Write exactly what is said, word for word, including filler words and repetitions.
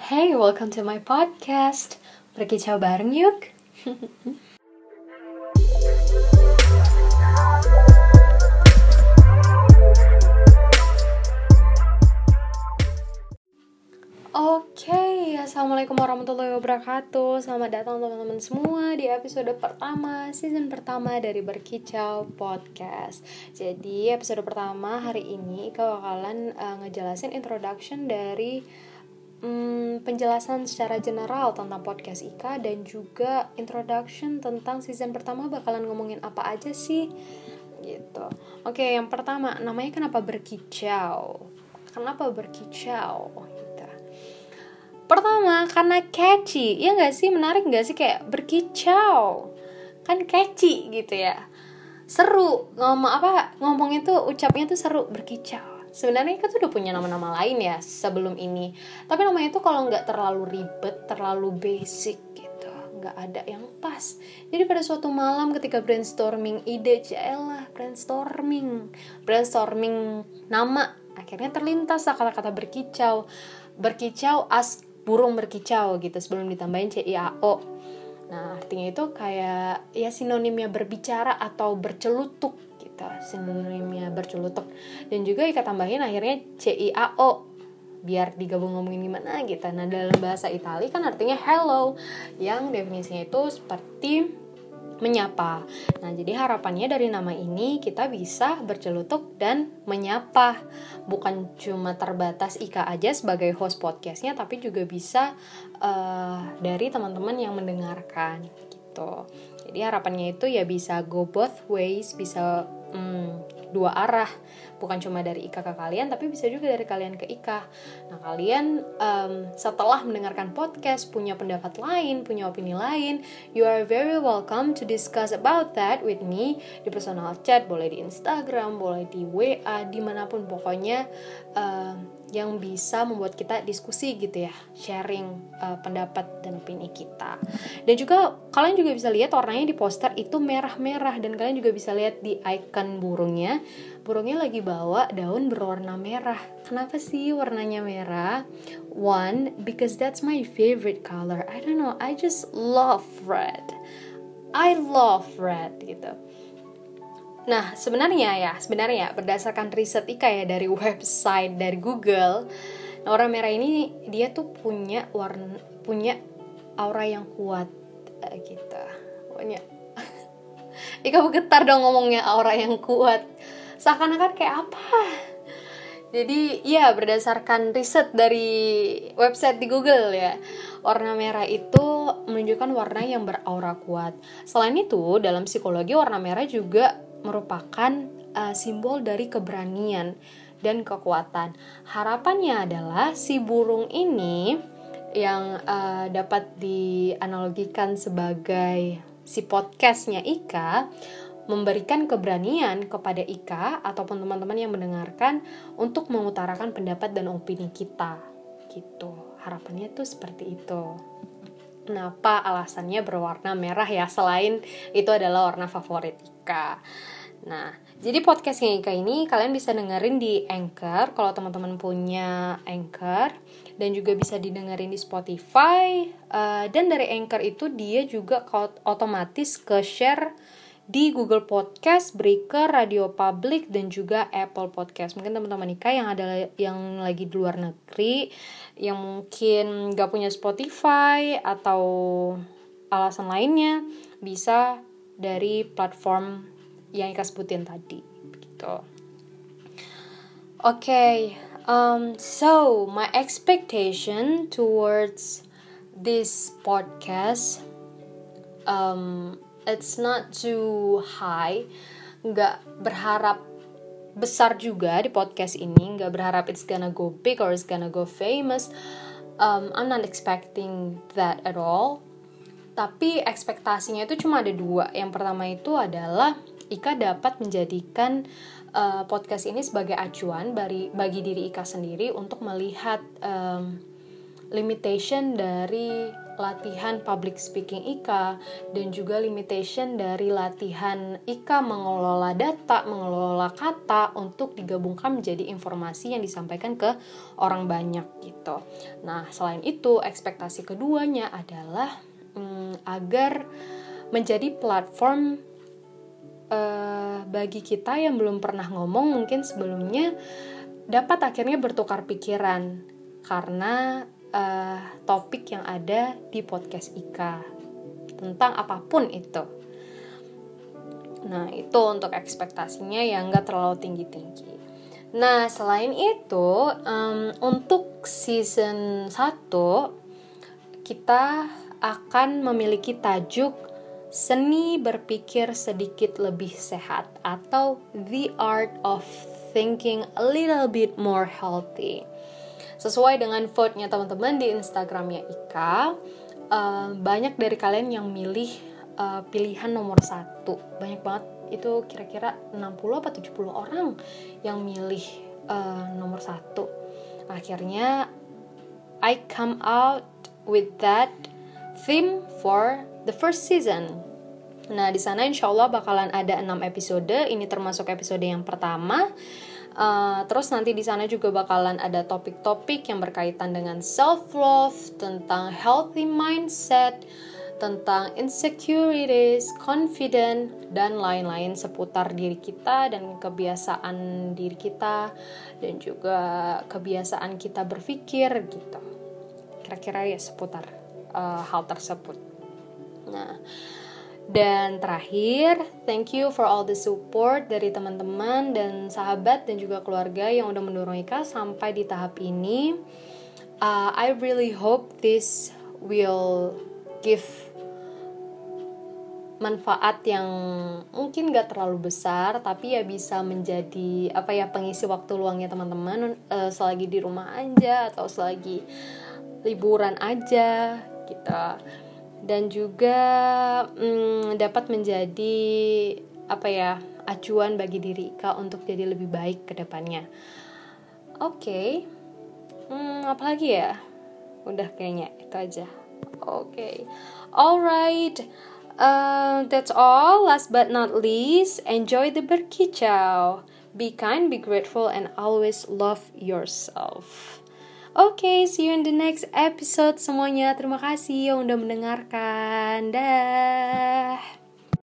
Hey, welcome to my podcast. Berkicau bareng yuk. Oke, okay. Assalamualaikum warahmatullahi wabarakatuh. Selamat datang teman-teman semua di episode pertama, season pertama dari Berkicau Podcast. Jadi episode pertama hari ini Ika bakalan uh, ngejelasin introduction dari Hmm, penjelasan secara general tentang podcast Ika dan juga introduction tentang season pertama bakalan ngomongin apa aja sih gitu. Oke, yang pertama, namanya kenapa berkicau? Kenapa berkicau? Gitu. Pertama, karena catchy. Iya nggak sih, menarik nggak sih kayak berkicau? Kan catchy gitu ya. Seru ngomong apa? Ngomongnya tuh ucapnya tuh seru, berkicau. Sebenarnya kita tuh udah punya nama-nama lain ya sebelum ini. Tapi namanya tuh kalau nggak terlalu ribet, terlalu basic gitu, nggak ada yang pas. Jadi pada suatu malam ketika brainstorming ide, jaelah brainstorming, brainstorming nama, akhirnya terlintas lah kata-kata berkicau, berkicau as burung berkicau gitu sebelum ditambahin C I A O. Nah artinya itu kayak ya sinonimnya berbicara atau bercelutuk. Sinonimnya bercelutuk. Dan juga Ika tambahin akhirnya C I A O biar digabung ngomongin gimana gitu. Nah dalam bahasa Itali kan artinya hello, yang definisinya itu seperti menyapa. Nah jadi harapannya dari nama ini kita bisa bercelutuk dan menyapa. Bukan cuma terbatas Ika aja sebagai host podcastnya, tapi juga bisa uh, dari teman-teman yang mendengarkan gitu. Jadi harapannya itu ya bisa go both ways, bisa Hmm, dua arah, bukan cuma dari Ika ke kalian, tapi bisa juga dari kalian ke Ika. Nah kalian um, setelah mendengarkan podcast punya pendapat lain, punya opini lain, you are very welcome to discuss about that with me di personal chat, boleh di Instagram, boleh di W A, dimanapun pokoknya uh, yang bisa membuat kita diskusi gitu ya, sharing uh, pendapat dan opini kita. Dan juga kalian juga bisa lihat warnanya di poster itu merah-merah, dan kalian juga bisa lihat di icon burungnya, burungnya lagi bawa daun berwarna merah. Kenapa sih warnanya merah? One, because that's my favorite color. I don't know, I just love red. I love red gitu. Nah, sebenarnya ya, sebenarnya berdasarkan riset Ika ya dari website, dari Google, nah, warna merah ini dia tuh punya warna, punya aura yang kuat uh, gitu. Punya. Ika bergetar dong ngomongnya aura yang kuat. Seakan-akan kayak apa? Jadi, ya berdasarkan riset dari website di Google ya, warna merah itu menunjukkan warna yang beraura kuat. Selain itu, dalam psikologi warna merah juga merupakan uh, simbol dari keberanian dan kekuatan. Harapannya adalah si burung ini yang uh, dapat dianalogikan sebagai si podcastnya Ika memberikan keberanian kepada Ika ataupun teman-teman yang mendengarkan untuk mengutarakan pendapat dan opini kita gitu. Harapannya tuh seperti itu. Kenapa alasannya berwarna merah ya, selain itu adalah warna favorit Ika. Nah, jadi podcastnya Ika ini kalian bisa dengerin di Anchor kalau teman-teman punya Anchor, dan juga bisa didengerin di Spotify, uh, dan dari Anchor itu dia juga otomatis ke share di Google Podcast, Breaker, Radio Public, dan juga Apple Podcast. Mungkin teman-teman Ika yang ada yang lagi di luar negeri, yang mungkin gak punya Spotify atau alasan lainnya, bisa dari platform yang Ika sebutin tadi gitu. Oke, okay, um, so my expectation towards this podcast, um, it's not too high. Nggak berharap besar juga di podcast ini, nggak berharap it's gonna go big or it's gonna go famous. um, I'm not expecting that at all. Tapi ekspektasinya itu cuma ada dua. Yang pertama itu adalah Ika dapat menjadikan uh, podcast ini sebagai acuan bagi, bagi diri Ika sendiri untuk melihat um, limitation dari latihan public speaking Ika, dan juga limitation dari latihan Ika mengelola data, mengelola kata untuk digabungkan menjadi informasi yang disampaikan ke orang banyak gitu. Nah, selain itu, ekspektasi keduanya adalah hmm, agar menjadi platform uh, bagi kita yang belum pernah ngomong mungkin sebelumnya, dapat akhirnya bertukar pikiran karena uh, topik yang ada di podcast Ika tentang apapun itu. Nah, itu untuk ekspektasinya yang gak terlalu tinggi-tinggi. Nah, selain itu, um, untuk season satu kita akan memiliki tajuk Seni Berpikir Sedikit Lebih Sehat atau The Art of Thinking a Little Bit More Healthy. Sesuai dengan vote-nya teman-teman di Instagramnya Ika, uh, banyak dari kalian yang milih uh, pilihan nomor satu. Banyak banget, itu kira-kira enam puluh atau tujuh puluh orang yang milih uh, nomor satu. Akhirnya, I come out with that theme for the first season. Nah, di sana insya Allah bakalan ada enam episode. Ini termasuk episode yang pertama. Uh, terus nanti di sana juga bakalan ada topik-topik yang berkaitan dengan self-love, tentang healthy mindset, tentang insecurities, confident, dan lain-lain seputar diri kita dan kebiasaan diri kita, dan juga kebiasaan kita berpikir gitu. Kira-kira ya seputar uh, hal tersebut. Nah, dan terakhir, thank you for all the support dari teman-teman dan sahabat dan juga keluarga yang udah mendorong Ika sampai di tahap ini. Uh, I really hope this will give manfaat yang mungkin gak terlalu besar, tapi ya bisa menjadi apa ya pengisi waktu luangnya teman-teman uh, selagi di rumah aja atau selagi liburan aja gitu. Dan juga hmm, dapat menjadi apa ya acuan bagi diri Ika untuk jadi lebih baik ke depannya. Oke, okay. hmm, apa lagi ya? Udah kayaknya itu aja. Oke, okay. Alright, uh, that's all. Last but not least, enjoy the berkicau. Be kind, be grateful, and always love yourself. Oke, okay, see you in the next episode semuanya. Terima kasih yang udah mendengarkan. Dah.